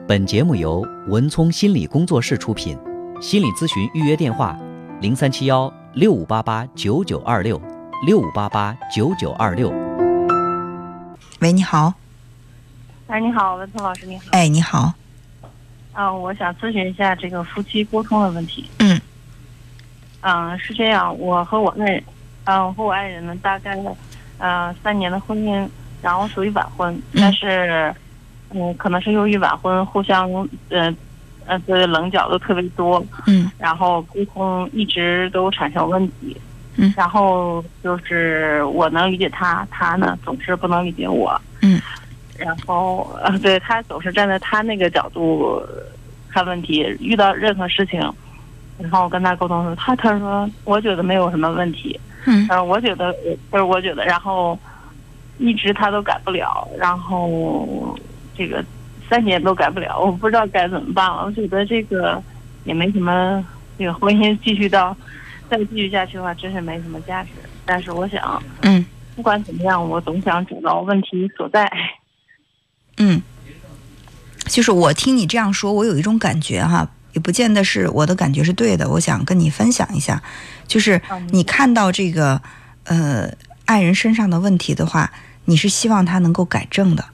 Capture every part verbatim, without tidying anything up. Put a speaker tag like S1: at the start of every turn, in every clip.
S1: 本节目由文聪心理工作室出品，心理咨询预约电话：零三七幺六五八八九九二六六五八八九九二六。
S2: 喂，你好。
S3: 哎，你好，文聪老师，你好。
S2: 哎，你好。
S3: 啊，我想咨询一下这个夫妻沟通的问题。
S2: 嗯。
S3: 嗯，是这样，我和我爱人，嗯，我和我爱人呢，大概，呃，三年的婚姻，然后属于晚婚，
S2: 嗯、
S3: 但是，嗯，可能是由于晚婚，互相，呃，呃，的棱角都特别多。
S2: 嗯。
S3: 然后沟通一直都产生问题。
S2: 嗯。
S3: 然后就是我能理解他，他呢总是不能理解我。
S2: 嗯。
S3: 然后，呃，对，他总是站在他那个角度看问题，遇到任何事情，然后我跟他沟通说，他他说我觉得没有什么问题，
S2: 嗯，
S3: 呃，我觉得就是我觉得，然后一直他都改不了，然后这个三年都改不了，我不知道该怎么办了。我觉得这个也没什么，这个婚姻继续到再继续下去的话，真是没什么价值。但是我想，
S2: 嗯，
S3: 不管怎么样，我总想找到问题所在。
S2: 嗯，就是我听你这样说，我有一种感觉哈，也不见得是我的感觉是对的。我想跟你分享一下，就是你看到这个呃爱人身上的问题的话，你是希望他能够改正的。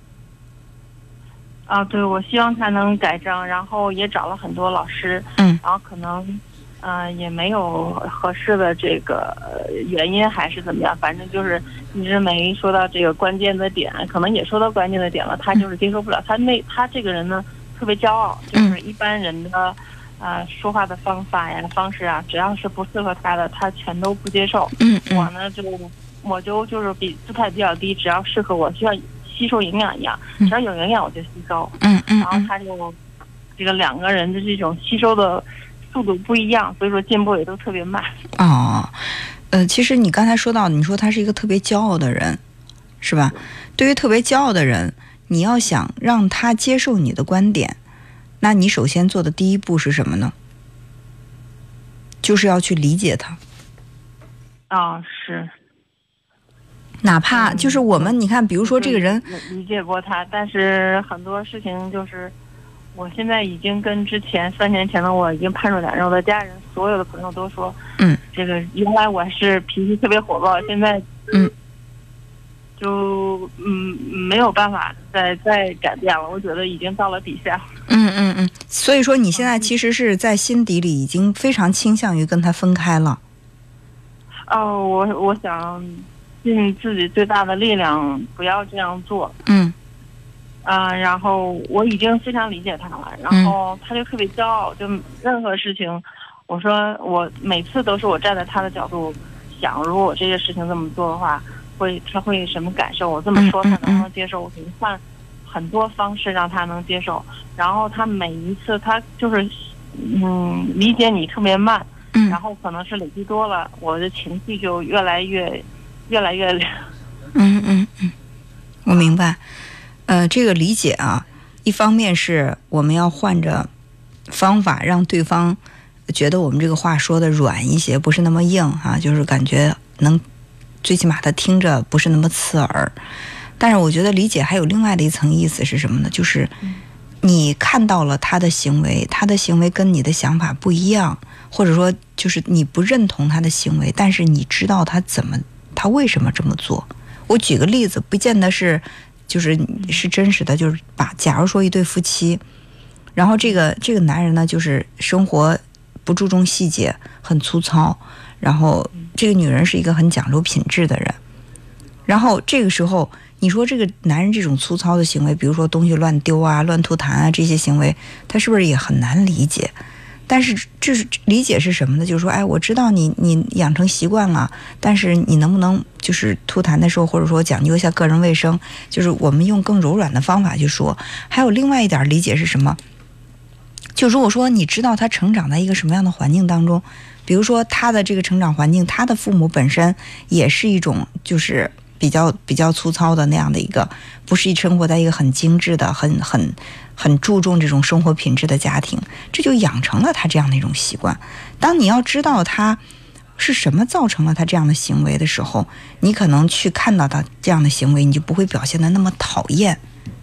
S3: 啊，对，我希望他能改正，然后也找了很多老师，
S2: 嗯，
S3: 然后可能，嗯、呃，也没有合适的这个原因，还是怎么样，反正就是一直没说到这个关键的点，可能也说到关键的点了，他就是接受不了。他那他这个人呢，特别骄傲，就是一般人的，呃，说话的方法呀、方式啊，只要是不适合他的，他全都不接受。
S2: 嗯，嗯
S3: 我呢就我就就是比姿态比较低，只要适合我，需要吸收营养一样，只要有营养我就吸收。
S2: 嗯嗯，
S3: 然后他就这个两个人的这种吸收的速度不一样，所以说进步也都特别慢。
S2: 哦，呃，其实你刚才说到，你说他是一个特别骄傲的人，是吧？对于特别骄傲的人，你要想让他接受你的观点，那你首先做的第一步是什么呢？就是要去理解他。
S3: 啊、哦，是。
S2: 哪怕就是我们，嗯、你看，比如说这个人
S3: 理解过他，但是很多事情就是，我现在已经跟之前三年前的我已经判若两人，我的家人、所有的朋友都说，
S2: 嗯，
S3: 这个原来我是脾气特别火爆，现在，
S2: 嗯，
S3: 就嗯没有办法再再改变了，我觉得已经到了底线。
S2: 嗯嗯嗯，所以说你现在其实是在心底里已经非常倾向于跟他分开了。
S3: 哦，我我想尽自己最大的力量，不要这样做。
S2: 嗯。
S3: 啊、呃，然后我已经非常理解他了，然后他就特别骄傲，就任何事情，我说我每次都是我站在他的角度想，如果我这些事情这么做的话，会他会什么感受？我这么说他能不能接受？我可以换很多方式让他能接受。然后他每一次他就是嗯理解你特别慢，
S2: 嗯，
S3: 然后可能是累积多了，我的情绪就越来越越来越
S2: 嗯嗯嗯，我明白。呃，这个理解啊，一方面是我们要换着方法让对方觉得我们这个话说的软一些，不是那么硬啊，就是感觉能最起码他听着不是那么刺耳。但是我觉得理解还有另外的一层意思是什么呢？就是你看到了他的行为，他的行为跟你的想法不一样，或者说就是你不认同他的行为，但是你知道他怎么他为什么这么做。我举个例子，不见得是就是是真实的，就是把假如说一对夫妻，然后这个这个男人呢，就是生活不注重细节，很粗糙，然后这个女人是一个很讲究品质的人，然后这个时候你说这个男人这种粗糙的行为，比如说东西乱丢啊、乱吐痰啊这些行为，他是不是也很难理解？但是这是理解是什么呢？就是说，哎，我知道你你养成习惯了，但是你能不能就是吐痰的时候，或者说讲究一下个人卫生，就是我们用更柔软的方法去说。还有另外一点理解是什么？就如果说你知道他成长在一个什么样的环境当中，比如说他的这个成长环境，他的父母本身也是一种就是比较比较粗糙的那样的一个，不是生活在一个很精致的、很很很注重这种生活品质的家庭，这就养成了他这样的一种习惯。当你要知道他是什么造成了他这样的行为的时候，你可能去看到他这样的行为，你就不会表现得那么讨厌。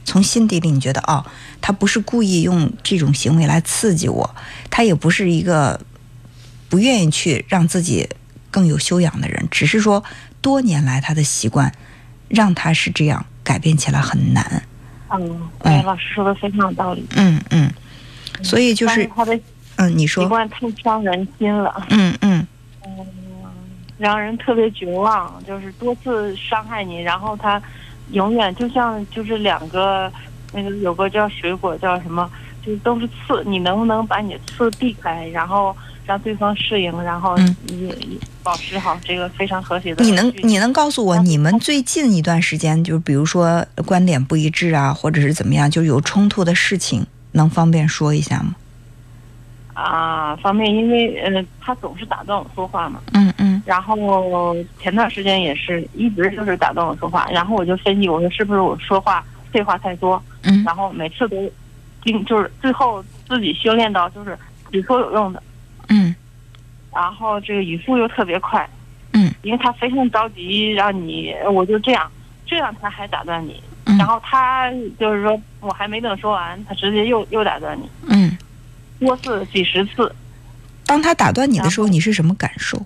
S2: 从心底里你觉得哦，他不是故意用这种行为来刺激我，他也不是一个不愿意去让自己更有修养的人，只是说多年来他的习惯让他是这样，改变起来很难。
S3: 嗯，对，老师说的非常有道理。
S2: 嗯嗯，所以就是，
S3: 是他的
S2: 嗯，你说
S3: 习惯太伤人心了。
S2: 嗯嗯
S3: 嗯，让人特别绝望，就是多次伤害你，然后他永远就像就是两个那个有个叫水果叫什么，就是都是刺，你能不能把你的刺避开，然后让对方适应，然后也也保持好这个非常和谐的。
S2: 你能你能告诉我，你们最近一段时间，就比如说观点不一致啊，或者是怎么样，就有冲突的事情，能方便说一下吗？
S3: 啊，方面，因为呃，他总是打断我说话嘛。
S2: 嗯嗯。
S3: 然后前段时间也是一直就是打断我说话，然后我就分析，我说是不是我说话废话太多？
S2: 嗯。
S3: 然后每次都，经就是最后自己修炼到就是只说有用的。
S2: 嗯。
S3: 然后这个语速又特别快。
S2: 嗯。
S3: 因为他非常着急让你，我就这样，这样他还打断你。
S2: 嗯。
S3: 然后他就是说我还没等说完，他直接又又打断你。
S2: 嗯。
S3: 多次几十次。
S2: 当他打断你的时候，你是什么感受？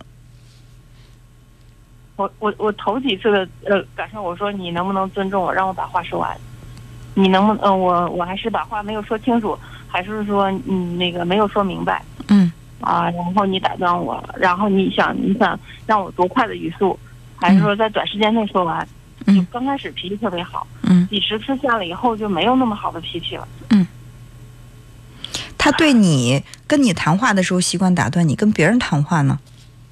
S3: 我我我头几次的呃感受，我说你能不能尊重我，让我把话说完？你能不能、呃、我我还是把话没有说清楚，还是说嗯那个没有说明白？
S2: 嗯
S3: 啊，然后你打断我，然后你想你想让我多快的语速，还是说在短时间内说完？
S2: 嗯，
S3: 就刚开始脾气特别好，
S2: 嗯，
S3: 几十次下来以后就没有那么好的脾气了。
S2: 嗯。他对你跟你谈话的时候习惯打断你，跟别人谈话呢？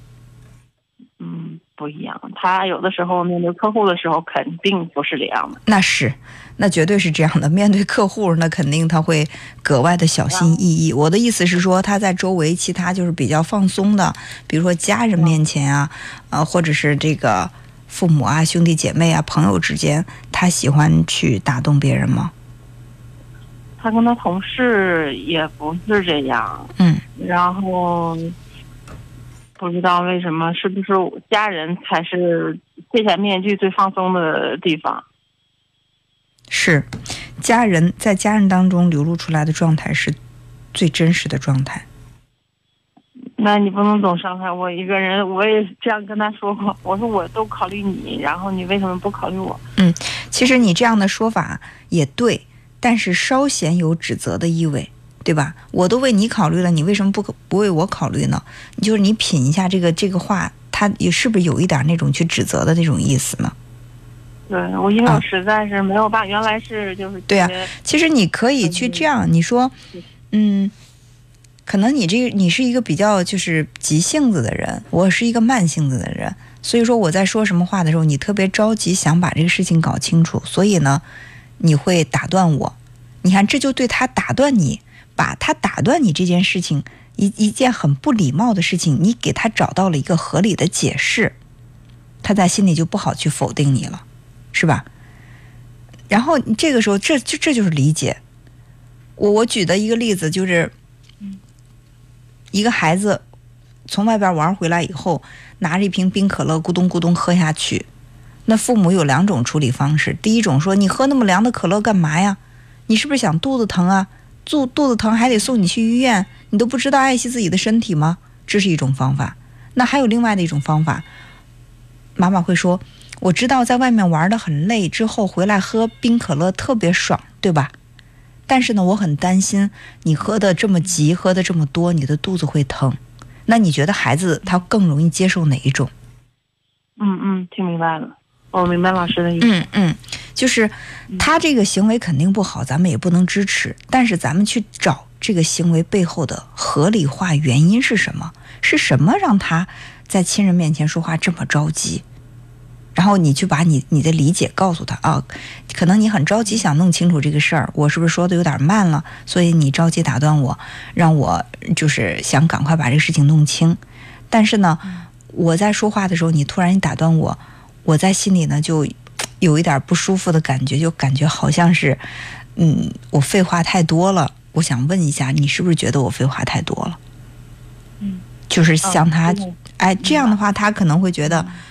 S3: 嗯，不一样。他有的时候面对客户的时候肯定不是这样的。
S2: 那是，那绝对是这样的。面对客户，那肯定他会格外的小心翼翼。我的意思是说，他在周围其他就是比较放松的，比如说家人面前啊，呃，或者是这个父母啊、兄弟姐妹啊、朋友之间，他喜欢去打动别人吗？
S3: 他跟他同事也不是这样。
S2: 嗯。
S3: 然后不知道为什么，是不是家人才是卸下面具最放松的地方？
S2: 是，家人在家人当中流露出来的状态是最真实的状态。
S3: 那你不能总伤害我一个人，我也这样跟他说过，我说我都考虑你，然后你为什么不考虑我？
S2: 嗯，其实你这样的说法也对，但是稍显有指责的意味，对吧？我都为你考虑了，你为什么不不为我考虑呢？就是你品一下这个这个话，它也是不是有一点那种去指责的那种意思呢？
S3: 对，我因为我实在是没有办法，原来是就是
S2: 对啊。其实你可以去这样，你说，嗯，可能你这个你是一个比较就是急性子的人，我是一个慢性子的人，所以说我在说什么话的时候，你特别着急想把这个事情搞清楚，所以呢，你会打断我。你看，这就对他打断你，把他打断你这件事情，一一件很不礼貌的事情，你给他找到了一个合理的解释，他在心里就不好去否定你了，是吧？然后这个时候，这这这就是理解。我我举的一个例子就是，一个孩子从外边玩回来以后，拿着一瓶冰可乐咕咚咕咚喝下去，那父母有两种处理方式。第一种说，你喝那么凉的可乐干嘛呀？你是不是想肚子疼啊？肚肚子疼还得送你去医院，你都不知道爱惜自己的身体吗？这是一种方法。那还有另外的一种方法，妈妈会说，我知道在外面玩得很累，之后回来喝冰可乐特别爽，对吧？但是呢，我很担心你喝的这么急，喝的这么多，你的肚子会疼。那你觉得孩子他更容易接受哪一种？
S3: 嗯嗯，听明白了，我明白老师的意思。
S2: 嗯嗯，就是他这个行为肯定不好，咱们也不能支持，但是咱们去找这个行为背后的合理化原因是什么？是什么让他在亲人面前说话这么着急？然后你去把你你的理解告诉他啊，可能你很着急想弄清楚这个事儿，我是不是说的有点慢了？所以你着急打断我，让我就是想赶快把这个事情弄清。但是呢，我在说话的时候，你突然你打断我，我在心里呢就有一点不舒服的感觉，就感觉好像是，嗯，我废话太多了。我想问一下，你是不是觉得我废话太多了？
S3: 嗯，
S2: 就是像他，
S3: 嗯、
S2: 哎，这样的话，他可能会觉得。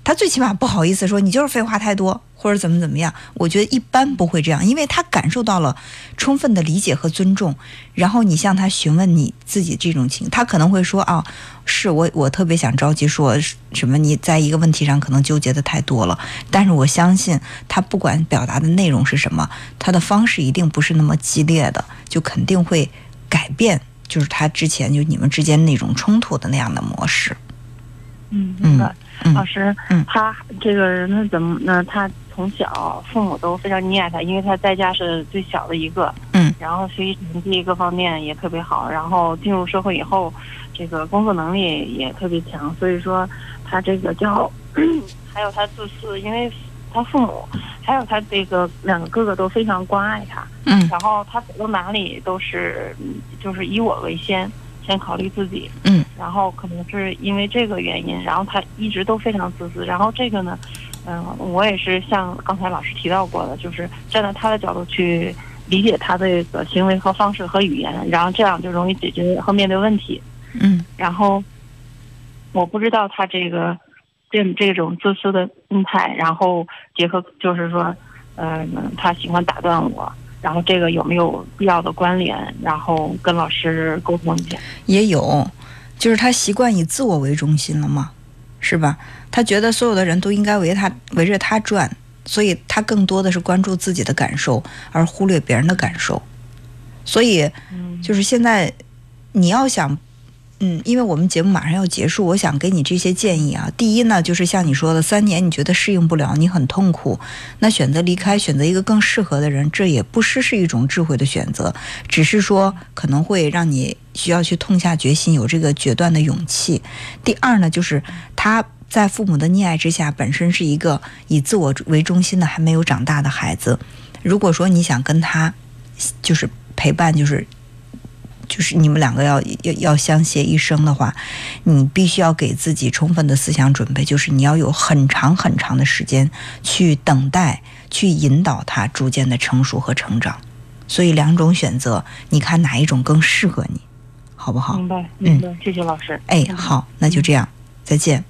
S2: 他最起码不好意思说你就是废话太多，或者怎么怎么样。我觉得一般不会这样，因为他感受到了充分的理解和尊重，然后你向他询问你自己这种情，他可能会说啊，是我我特别想着急说什么，你在一个问题上可能纠结的太多了，但是我相信他不管表达的内容是什么，他的方式一定不是那么激烈的，就肯定会改变，就是他之前就你们之间那种冲突的那样的模式。
S3: 嗯，明白。
S2: 嗯、
S3: 老师，
S2: 嗯，
S3: 他这个人他怎么呢？他从小父母都非常溺爱他，因为他在家是最小的一个，
S2: 嗯，
S3: 然后学习成绩各方面也特别好，然后进入社会以后，这个工作能力也特别强，所以说他这个叫还有他自私，因为他父母还有他这个两个哥哥都非常关爱他，
S2: 嗯，
S3: 然后他走到哪里都是就是以我为先。先考虑自己，
S2: 嗯，
S3: 然后可能是因为这个原因，然后他一直都非常自私。然后这个呢，嗯、呃，我也是像刚才老师提到过的，就是站在他的角度去理解他的这个行为和方式和语言，然后这样就容易解决和面对问题。
S2: 嗯，
S3: 然后我不知道他这个这这种自私的心态，然后结合就是说，嗯、呃，他喜欢打断我。然后这个有没有必要的关联？然后跟老师沟通一下。
S2: 也有，就是他习惯以自我为中心了嘛，是吧？他觉得所有的人都应该围他围着他转，所以他更多的是关注自己的感受，而忽略别人的感受。所以，就是现在你要想。嗯，因为我们节目马上要结束，我想给你这些建议啊。第一呢，就是像你说的，三年你觉得适应不了，你很痛苦，那选择离开，选择一个更适合的人，这也不失是一种智慧的选择，只是说可能会让你需要去痛下决心，有这个决断的勇气。第二呢，就是他在父母的溺爱之下，本身是一个以自我为中心的还没有长大的孩子。如果说你想跟他就是陪伴，就是就是你们两个要要要相携一生的话，你必须要给自己充分的思想准备，就是你要有很长很长的时间去等待，去引导他逐渐的成熟和成长。所以两种选择，你看哪一种更适合你，好不好？
S3: 明白，明白，嗯，谢谢老师。
S2: 哎，好，那就这样，再见。